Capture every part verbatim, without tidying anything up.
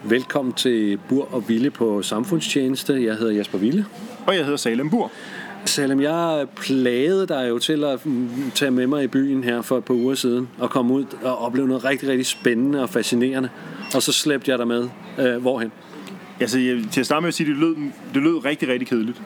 Velkommen til Bur og Ville på Samfundstjeneste. Jeg hedder Jesper Ville. Og jeg hedder Salem Bur. Salem, jeg plagede dig jo til at tage med mig i byen her for et par uger siden og komme ud og opleve noget rigtig, rigtig spændende og fascinerende. Og så slæbte jeg dig med. Øh, hvorhen? Altså, jeg, til at starte med at sige, det lød, det lød rigtig, rigtig kedeligt.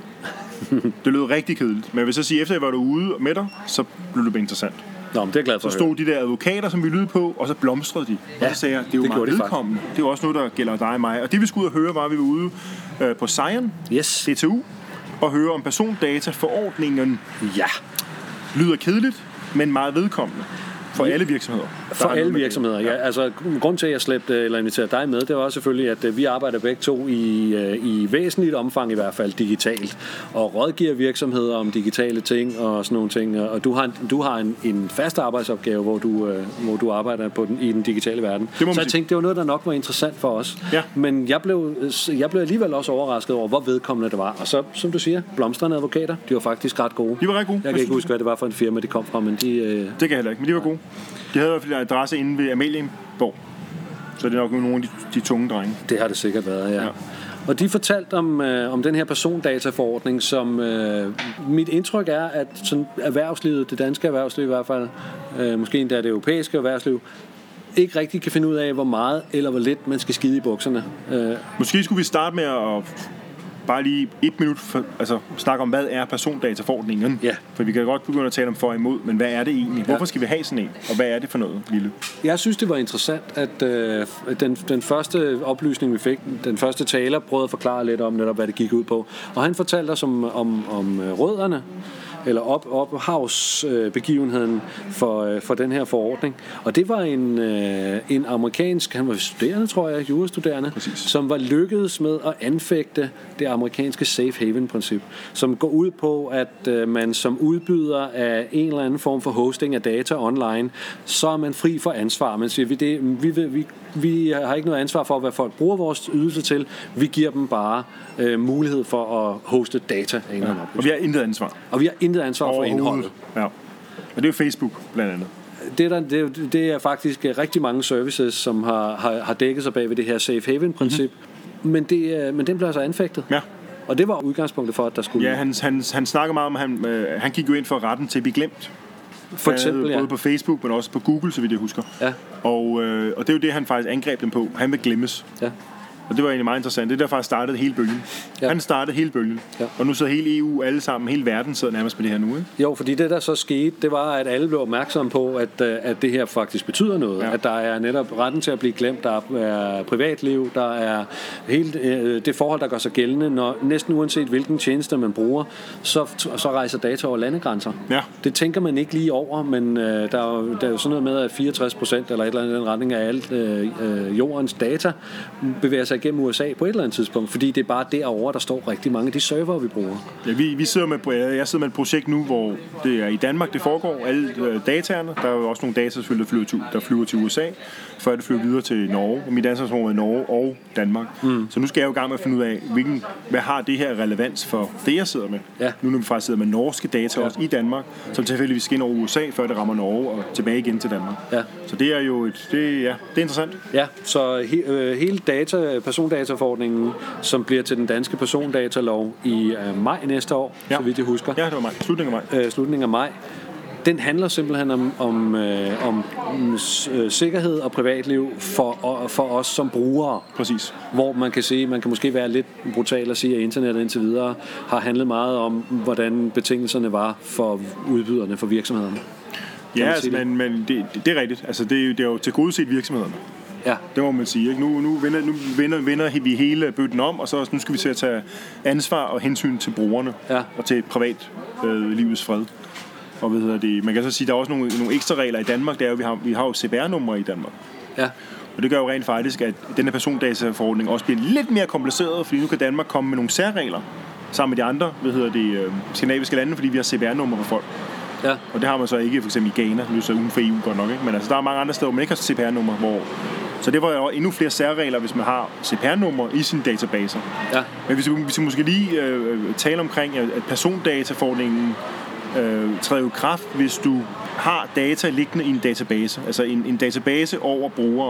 Det lød rigtig kedeligt. Men jeg vil så sige, efter jeg var derude med dig, så blev det bare interessant. Nå, men det er glad for. Så stod de der advokater, som vi lyttede på, og så blomstrede de. Ja, og så sagde jeg, det er jo det meget vedkommende. Det er jo også noget, der gælder dig og mig. Og det vi skulle ud og høre, var, at vi var ude øh, på Sion, yes. D T U, og høre om persondataforordningen. Ja. Lyder kedeligt, men meget vedkommende. For alle virksomheder. For alle virksomheder, ja. Altså, grund til, at jeg slæbte eller inviterede dig med, det var selvfølgelig, at vi arbejder begge to i, i væsentligt omfang, i hvert fald digitalt, og rådgiver virksomheder om digitale ting og sådan nogle ting. Og du har, du har en, en fast arbejdsopgave, hvor du, hvor du arbejder på den, i den digitale verden. Så jeg tænkte, det var noget, der nok var interessant for os. Ja. Men jeg blev, jeg blev alligevel også overrasket over, hvor vedkommende det var. Og så, som du siger, blomstrende advokater, de var faktisk ret gode. De var ret gode. Jeg kan ikke huske, hvad det var for en firma, de kom fra, men de... Det kan jeg heller ikke, men de var gode. De havde i hvert fald en adresse inde ved Amalienborg. Så det er nok nogle af de, de tunge drenge. Det har det sikkert været, ja. ja. Og de fortalte om, øh, om den her persondataforordning, som øh, mit indtryk er, at sådan erhvervslivet, det danske erhvervsliv i hvert fald, øh, måske endda det europæiske erhvervsliv, ikke rigtig kan finde ud af, hvor meget eller hvor lidt man skal skide i bukserne. Øh. Måske skulle vi starte med at... Bare lige et minut for, altså, snakke om, hvad er persondataforordningen? Ja. For vi kan godt begynde at tale om for og imod, men hvad er det egentlig? Hvorfor ja. skal vi have sådan en? Og hvad er det for noget, Ville? Jeg synes, det var interessant, at øh, den, den første oplysning, vi fik, den første taler, prøvede at forklare lidt om netop, hvad det gik ud på. Og han fortalte os om, om, om rødderne, eller op, ophavsbegivenheden for, for den her forordning. Og det var en, en amerikansk, han var studerende, tror jeg, jurastuderende, Præcis. som var lykkedes med at anfægte det amerikanske safe haven-princip, som går ud på, at man som udbyder af en eller anden form for hosting af data online, så er man fri for ansvar. Man siger, vi, det, vi, vi, vi har ikke noget ansvar for, hvad folk bruger vores ydelse til. Vi giver dem bare øh, mulighed for at hoste data. Ja. Og vi har intet ansvar. Og vi har intet ansvar for indholdet. Ja. Og det er jo Facebook blandt andet. Det er, der, det, det er faktisk rigtig mange services, som har, har, har dækket sig bag ved det her safe haven-princip. Mm-hmm. Men, det, men den blev altså anfægtet. Ja. Og det var udgangspunktet for, at der skulle... Ja, han, han, han snakker meget om, at han, øh, han gik jo ind for retten til at blive glemt. For eksempel, ja. Både på Facebook, men også på Google, så vidt jeg husker. Ja. Og, øh, og det er jo det, han faktisk angreb dem på. Han vil glemmes. Ja. Og det var egentlig meget interessant. Det er der faktisk startede hele bølgen. Ja. Han startede hele bølgen. Ja. Og nu så hele E U, alle sammen, hele verden sidder nærmest med det her nu, ikke? Jo, fordi det der så skete, det var, at alle blev opmærksomme på, at, at det her faktisk betyder noget. Ja. At der er netop retten til at blive glemt, der er privatliv, der er hele det forhold, der gør sig gældende, når næsten uanset hvilken tjeneste man bruger, så, så rejser data over landegrænser. Ja. Det tænker man ikke lige over, men øh, der, er jo, der er jo sådan noget med, at fireogtres procent eller et eller andet i den retning af alt øh, jordens data bevæger sig igennem U S A på et eller andet tidspunkt, fordi det er bare derovre, der står rigtig mange af de server, vi bruger. Ja, vi, vi sidder med, jeg sidder med et projekt nu, hvor det er i Danmark, det foregår, alle øh, dataerne. Der er jo også nogle data, selvfølgelig, der flyver til, der flyver til U S A, før det flyver videre til Norge. Og mit ansvarsområde er Norge og Danmark. Mm. Så nu skal jeg jo i gang med at finde ud af, hvilken, hvad har det her relevans for det, jeg sidder med. Ja. Nu når vi faktisk sidder med norske data ja. også i Danmark, som tilfældigvis skal ind over U S A, før det rammer Norge og tilbage igen til Danmark. Ja. Så det er jo et, det, ja, det er interessant. Ja, så he, øh, hele data, persondataforordningen, som bliver til den danske persondatalov i øh, maj næste år, ja. så vidt jeg husker. Ja, det var maj. Slutningen af maj. Øh, slutningen af maj. Den handler simpelthen om, om, øh, om øh, sikkerhed og privatliv for, og, for os som brugere. Præcis. Hvor man kan sige, man kan måske være lidt brutal at sige, at internettet indtil videre har handlet meget om, hvordan betingelserne var for udbyderne, for virksomhederne. Ja, altså, men, men det, det er rigtigt. Altså, det, er jo, det er jo til godset virksomhederne. Ja. Det må man sige. Ikke? Nu, nu, vender, nu vender, vender vi hele bøtten om, og så nu skal vi til at tage ansvar og hensyn til brugerne ja. og til privat øh, livets fred. Og hvad hedder det? Man kan så sige, at der er også nogle, nogle ekstra regler i Danmark. Det er jo, vi har, vi har jo C P R-numre i Danmark. Ja. Og det gør jo rent faktisk, at den her persondataforordning også bliver lidt mere kompliceret, fordi nu kan Danmark komme med nogle særregler sammen med de andre, hvad hedder det, øh, skandinaviske lande, fordi vi har C P R-numre for folk. Ja. Og det har man så ikke for eksempel i Ghana, nu er så uden for E U godt nok, ikke? Men altså der er mange andre steder, hvor man ikke har C P R-numre, hvor så det var jo endnu flere særregler, hvis man har C P R-numre i sine databaser. Ja. Men vi skal, vi skal måske lige øh, tale omkring, at persondataforordningen øh, træder jo kraft, hvis du har data liggende i en database, altså en, en database over brugere.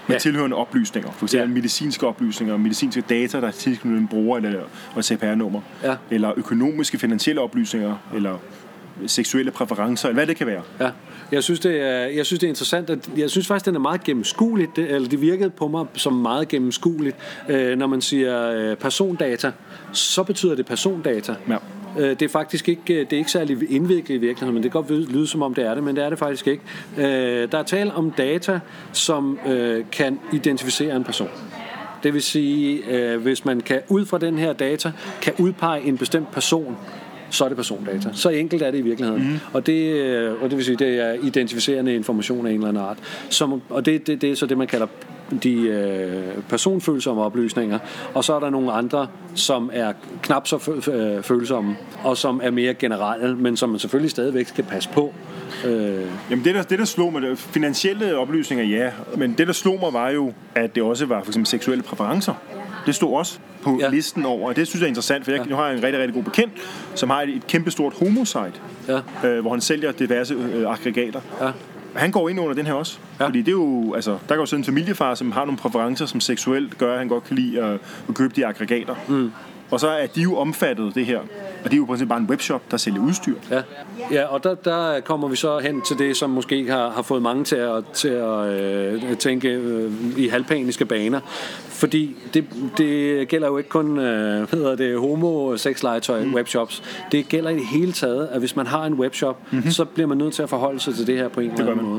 med ja. tilhørende oplysninger. For eksempel ja. medicinske oplysninger, medicinske data, der er tilknyttet en bruger eller et C P R-nummer. Ja. Eller økonomiske, finansielle oplysninger, eller seksuelle præferencer, eller hvad det kan være. Ja. Jeg synes, det er, jeg synes, det er interessant, at jeg synes faktisk, den er meget gennemskueligt, det, eller det virkede på mig som meget gennemskueligt. Øh, når man siger øh, persondata, så betyder det persondata. Ja. Øh, det er faktisk ikke, det er ikke særlig indviklet i virkeligheden, men det kan godt lyde som om det er det, men det er det faktisk ikke. Øh, der er tale om data, som øh, kan identificere en person. Det vil sige, øh, hvis man kan ud fra den her data, kan udpege en bestemt person, så er det persondata. Så enkelt er det i virkeligheden. Mm. Og, det, og det vil sige, det er identificerende information af en eller anden art. Som, og det, det, det er så det, man kalder de øh, personfølsomme oplysninger. Og så er der nogle andre, som er knap så følsomme, og som er mere generelle, men som man selvfølgelig stadigvæk skal passe på. Øh. Jamen det der, det, der slog mig, det, finansielle oplysninger, ja. Men det, der slog mig, var jo, at det også var for eksempel seksuelle præferencer. Det stod også på ja. listen over, og det synes jeg er interessant, for jeg ja. nu har jeg en rigtig, rigtig god bekendt, som har et, et kæmpestort homosite, ja. øh, hvor han sælger diverse øh, aggregater. Ja. Han går ind under den her også, ja. fordi det er jo, altså, der kan jo sidde en familiefar, som har nogle præferencer, som seksuelt gør, at han godt kan lide at, at købe de aggregater. Mm. Og så er de jo omfattet det her. Og det er jo på princippet bare en webshop, der sælger udstyr. Ja, ja og der, der kommer vi så hen til det, som måske har, har fået mange til at, til at øh, tænke øh, i halvpaniske baner. Fordi det, det gælder jo ikke kun øh, hedder det, homo-sexlegetøj mm. webshops. Det gælder i det hele taget, at hvis man har en webshop, mm-hmm. så bliver man nødt til at forholde sig til det her på en eller anden måde.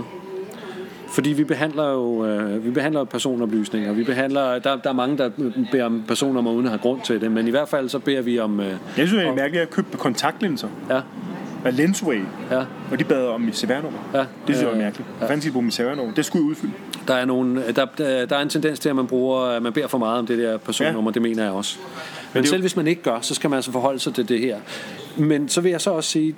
Fordi vi behandler jo øh, vi behandler personoplysninger. Vi behandler der der er mange der beder om personnummer uden at have grund til det, men i hvert fald så beder vi om. Øh, jeg synes det er mærkeligt at købe kontaktlinser. Ja. Af Lensway. Ja. Og de bad om mit C V R-nummer. Ja. Det synes jeg er mærkeligt. Hvad fanden skal de bruge mit C V R-nummer? Det skulle jeg udfylde. Der er nogle der, der der er en tendens til at man bruger at man beder for meget om det der personnummer, ja. Det mener jeg også. Men, men selv jo... hvis man ikke gør, så skal man altså forholde sig til det her. Men så vil jeg så også sige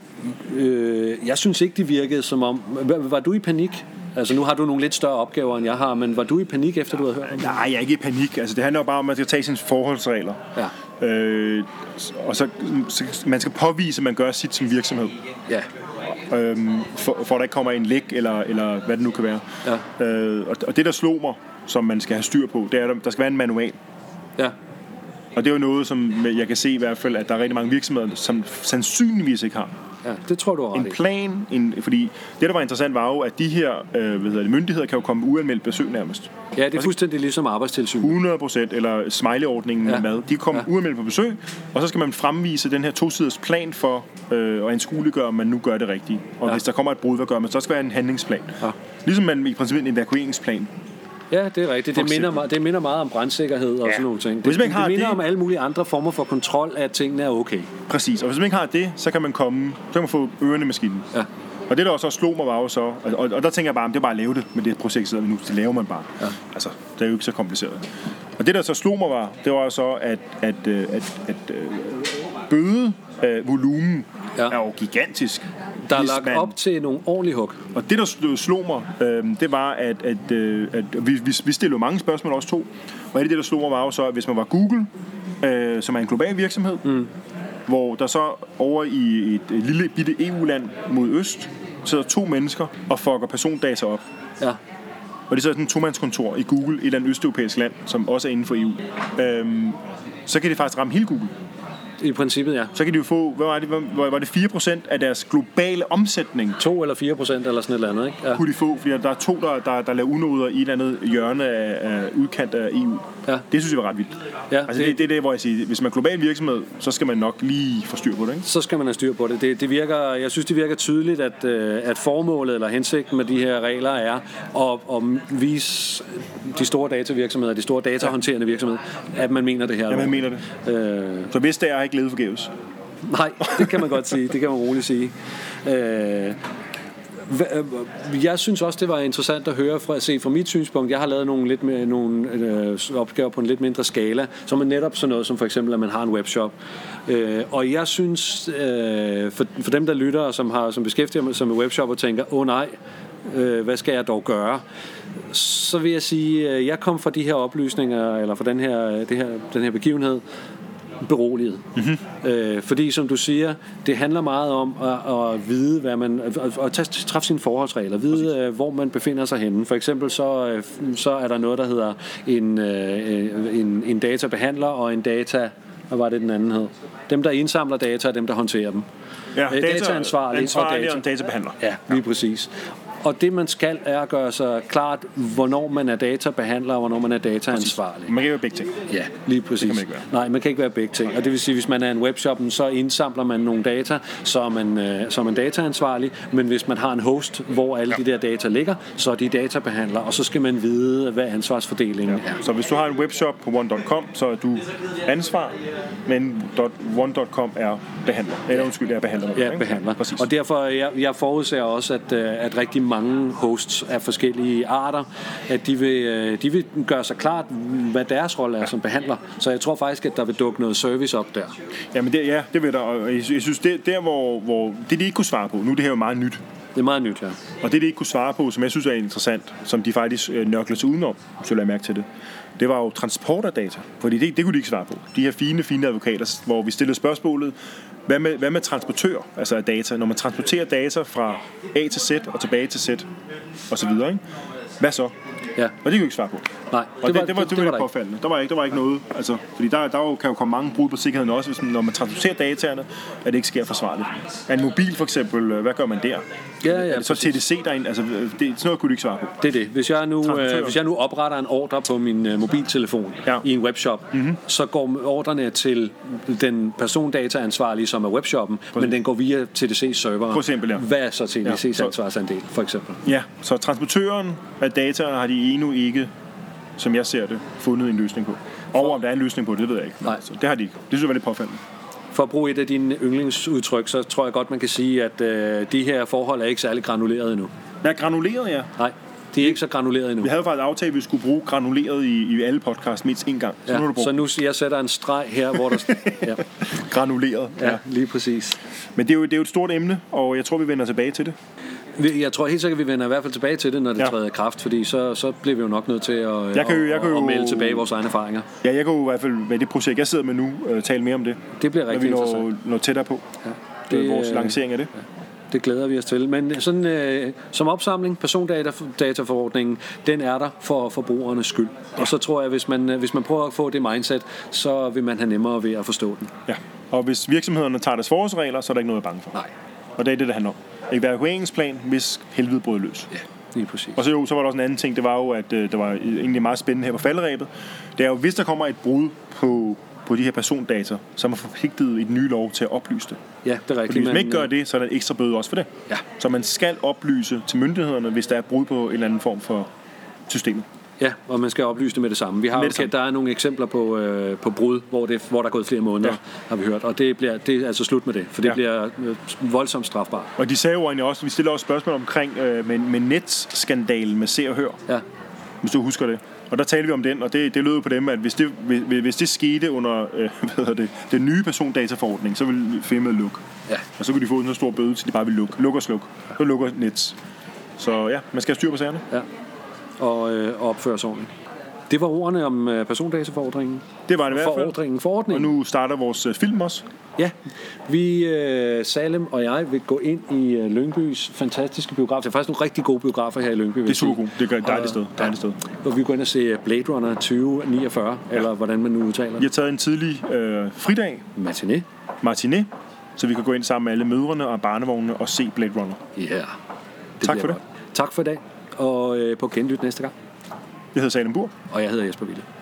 øh, jeg synes ikke det virkede som om var du i panik? Altså nu har du nogle lidt større opgaver end jeg har, men var du i panik efter du havde hørt om det? Nej, jeg er ikke i panik. Altså det handler jo bare om at tage sine forholdsregler. Ja. Øh, og så, så man skal påvise at man gør sit som virksomhed. Ja. Øhm, for, for at der ikke kommer en læk eller eller hvad det nu kan være. Ja. Øh, og, og det der slog mig, som man skal have styr på, det er at der skal være en manual. Ja. Og det er jo noget som jeg kan se i hvert fald at der er rigtig mange virksomheder som sandsynligvis ikke har. Ja, det tror du er ret. En plan, en, fordi det der var interessant var jo, at de her øh, hvad hedder det, myndigheder kan jo komme uanmeldt besøg nærmest. Ja, det er fuldstændig ligesom arbejdstilsyn. hundrede procent, eller smiley-ordningen ja. med mad. De kommer ja. uanmeldt på besøg, og så skal man fremvise den her to-siders plan for øh, at anskueliggøre, om man nu gør det rigtigt. Og ja. hvis der kommer et brud, hvad gør man? Så skal være en handlingsplan. Ja. Ligesom man i princippet en evakueringsplan. Ja, det er rigtigt. Det minder, det minder meget om brandsikkerhed og ja. sådan nogle ting. Det, det minder det, om alle mulige andre former for kontrol af, at tingene er okay. Præcis. Og hvis man ikke har det, så kan man komme, så kan man få ørerne i maskinen. Ja. Og det der også slog mig var jo så, og, og, og der tænker jeg bare, det er bare at lave det med det projekt, så nu det laver man bare. Ja. Altså, det er jo ikke så kompliceret. Og det der så slog mig var, det var så, at, at, at, at, at bøde øh, volumen ja. er jo gigantisk. Der er lagt man... op til nogle ordentlige hug. Og det, der slog mig, øh, det var, at, at, øh, at vi, vi, vi stillede mange spørgsmål, også to. Og det, der slog mig, var jo så, at hvis man var Google, øh, som er en global virksomhed, mm. hvor der så over i et, et lille bitte E U-land mod øst, sidder to mennesker og fucker persondata op. Ja. Og det er så sådan et tomandskontor i Google, et eller andet østeuropæisk land, som også er inden for E U. Øhm, så kan det faktisk ramme hele Google. I princippet, ja. Så kan de jo få, hvad var det, hvad var det fire procent af deres globale omsætning? to eller fire procent eller sådan et eller andet, ikke? Ja. Kunne de få, fordi der er to, der, der, der laver unoder i et eller andet hjørne af, af udkant af E U. Ja. Det synes jeg var ret vildt. Ja, altså det, det, det er det, hvor jeg siger, hvis man er global virksomhed, så skal man nok lige få styr på det, ikke? Så skal man have styr på det. Det, det virker, jeg synes, det virker tydeligt, at, at formålet eller hensigten med de her regler er at, at vise de store datavirksomheder, de store datahåndterende virksomheder, at man mener det her. Ja, man mener det. Øh... Så hvis det er, har ikke levet forgæves. Nej, det kan man godt sige. Det kan man roligt sige. Øh... Jeg synes også, det var interessant at høre fra, at se fra mit synspunkt. Jeg har lavet nogle, lidt med, nogle øh, opgaver på en lidt mindre skala, som er netop sådan noget som for eksempel, at man har en webshop. Øh, og jeg synes, øh, for, for dem, der lytter og som, har, som beskæftiger sig med webshop og tænker, åh oh, nej, øh, hvad skal jeg dog gøre? Så vil jeg sige, at jeg kom fra de her oplysninger, eller fra den her, det her, den her begivenhed, beroliget. Mm-hmm. Øh, fordi, som du siger, det handler meget om at, at vide, hvad man, at, at træffe sine forholdsregler, vide, øh, hvor man befinder sig henne. For eksempel så, øh, så er der noget, der hedder en, øh, en, en databehandler og en data... Hvad var det, den anden hed? Dem, der indsamler data, og dem, der håndterer dem. Ja, data, dataansvarlig ansvarlig og data. og databehandler. Ja, lige præcis. Og det, man skal, er at gøre sig klart, hvornår man er databehandler, og hvornår man er dataansvarlig. Man kan ikke være begge ting. Ja, lige præcis. Det kan man ikke være. Nej, man kan ikke være begge ting. Og det vil sige, hvis man er en webshop, så indsamler man nogle data, så er man, øh, så er man dataansvarlig. Men hvis man har en host, hvor alle ja. de der data ligger, så er de databehandler, og så skal man vide, hvad ansvarsfordelingen ja. er. Så hvis du har en webshop på one punktum com, så er du ansvar, men one punktum com er behandler. Eller undskyld, er behandler. Ja, behandler. Præcis. Og derfor, jeg, jeg forudser også, at, at rigtig mange hosts af forskellige arter, at de vil, de vil gøre sig klart, hvad deres rolle er ja. som behandler. Så jeg tror faktisk, at der vil dukke noget service op der. Ja, men det, ja, det vil der. Og jeg synes, det der, hvor, hvor det de ikke kunne svare på, nu er det her jo meget nyt. Det er meget nyt, ja. Og det de ikke kunne svare på, som jeg synes er interessant, som de faktisk nørkler sig udenom, så lader jeg mærke til det, det var jo transport af data. Fordi det, det kunne de ikke svare på. De her fine, fine advokater, hvor vi stillede spørgsmålet, hvad med, hvad med transportør, altså af data? Når man transporterer data fra A til Z og tilbage til Z, og så videre, ikke? Hvad så? Ja. Og det kunne de ikke svare på. Nej, og det, det, det var det, det, det var påfaldende. Der var ikke der var ikke noget, altså fordi der der kan jo komme mange brud på sikkerheden også, hvis man, når man transporterer dataerne, at det ikke sker forsvarligt. En mobil for eksempel, hvad gør man der? Ja, ja, er det så T D C derinde, altså det, sådan noget kunne du ikke svare på. Det er det. Hvis jeg nu øh, hvis jeg nu opretter en ordre på min øh, mobiltelefon ja. i en webshop, mm-hmm. så går ordrene til den persondataansvarlige, som er webshoppen, Præcis. men den går via T D C's server. For eksempel, ja. Hvad er så T D C's ja, ansvarsandel, for eksempel? Ja, så transportøren af data har de endnu ikke, som jeg ser det, fundet en løsning på. Og om der er en løsning på det, det ved jeg ikke. Nej. Så det har de ikke. Det synes jeg var lidt påfaldende. For at bruge et af dine yndlingsudtryk, så tror jeg godt, man kan sige, at øh, de her forhold er ikke særlig granulerede endnu. Ja, granuleret, ja. Nej, de er ikke så granulerede endnu. Vi havde faktisk aftalt, at vi skulle bruge granuleret i, i alle podcasts mindst en gang. Så, ja, nu, så nu jeg sætter en streg her, hvor der... ja. Granuleret. Ja, lige præcis. Men det er, jo, det er jo et stort emne, og jeg tror, vi vender tilbage til det. Jeg tror helt sikkert, vi vender i hvert fald tilbage til det, når det ja. træder i kraft, fordi så, så bliver vi jo nok nødt til at, jeg kan jo, jeg kan jo, at melde tilbage vores egne erfaringer. Ja, jeg kan jo i hvert fald med det projekt, jeg sidder med nu, uh, tale mere om det. Det bliver rigtig når vi interessant. når, når tættere på ja. det, det, vores lancering af det. Ja. Det glæder vi os til. Men sådan øh, som opsamling, persondataforordningen, den er der for forbrugernes skyld. Ja. Og så tror jeg, hvis man, hvis man prøver at få det mindset, så vil man have nemmere ved at forstå den. Ja, og hvis virksomhederne tager deres forholdsregler, så er der ikke noget at bange for. Nej. Og det er det, det handler om. Evakueringsplan, hvis helvede brød løs. Ja, lige præcis. Og så, jo, så var der også en anden ting, det var jo, at øh, det var egentlig meget spændende her på falderæbet. Det er jo, hvis der kommer et brud på, på de her persondata, så er man forpligtet i den nye lov til at oplyse det. Ja, det er rigtigt. Fordi hvis man ikke gør det, så er der en ekstra bøde også for det. Ja. Så man skal oplyse til myndighederne, hvis der er brud på en eller anden form for systemet. Ja, og man skal oplyse det med det samme. Vi har jo, okay, der er nogle eksempler på, øh, på brud, hvor, det, hvor der er gået flere måneder, ja. har vi hørt. Og det, bliver, det er altså slut med det, for det ja. bliver øh, voldsomt strafbart. Og de sagde jo egentlig også, vi stiller også spørgsmål omkring øh, med, med netskandalen med Se og Hør. Ja. Hvis du husker det. Og der talte vi om den, og det, det lød på dem, at hvis det, hvis, hvis det skete under øh, hvad hedder det, den nye persondataforordning, så ville firmaet lukke. Ja. Og så kunne de få en så stor bøde, til de bare ville lukke. Luk og sluk. Så lukker Nets. Så ja, man skal have styr på sagerne. Ja. Og, øh, og opføre sig ordentligt. Det var ordene om øh, persondataforordningen. Det var det i hvert fald. Forordningen, forordningen. Og nu starter vores øh, film også. Ja, vi, øh, Salem og jeg, vil gå ind i øh, Lyngbys fantastiske biograf. Det er faktisk nogle rigtig gode biografer her i Lyngby. Det er super godt. Det er et dejligt sted. Dejligt sted. Hvor vi går ind og ser Blade Runner tyve niogfyrre, ja. eller hvordan man nu udtaler det. Vi har taget en tidlig øh, fridag. Matiné. Matiné. Så vi kan gå ind sammen med alle mødrene og barnevognene og se Blade Runner. Ja. Yeah. Tak for det. Tak for i dag. Og øh, på genlyt næste gang. Jeg hedder Salem Bur. Og jeg hedder Jesper Wille.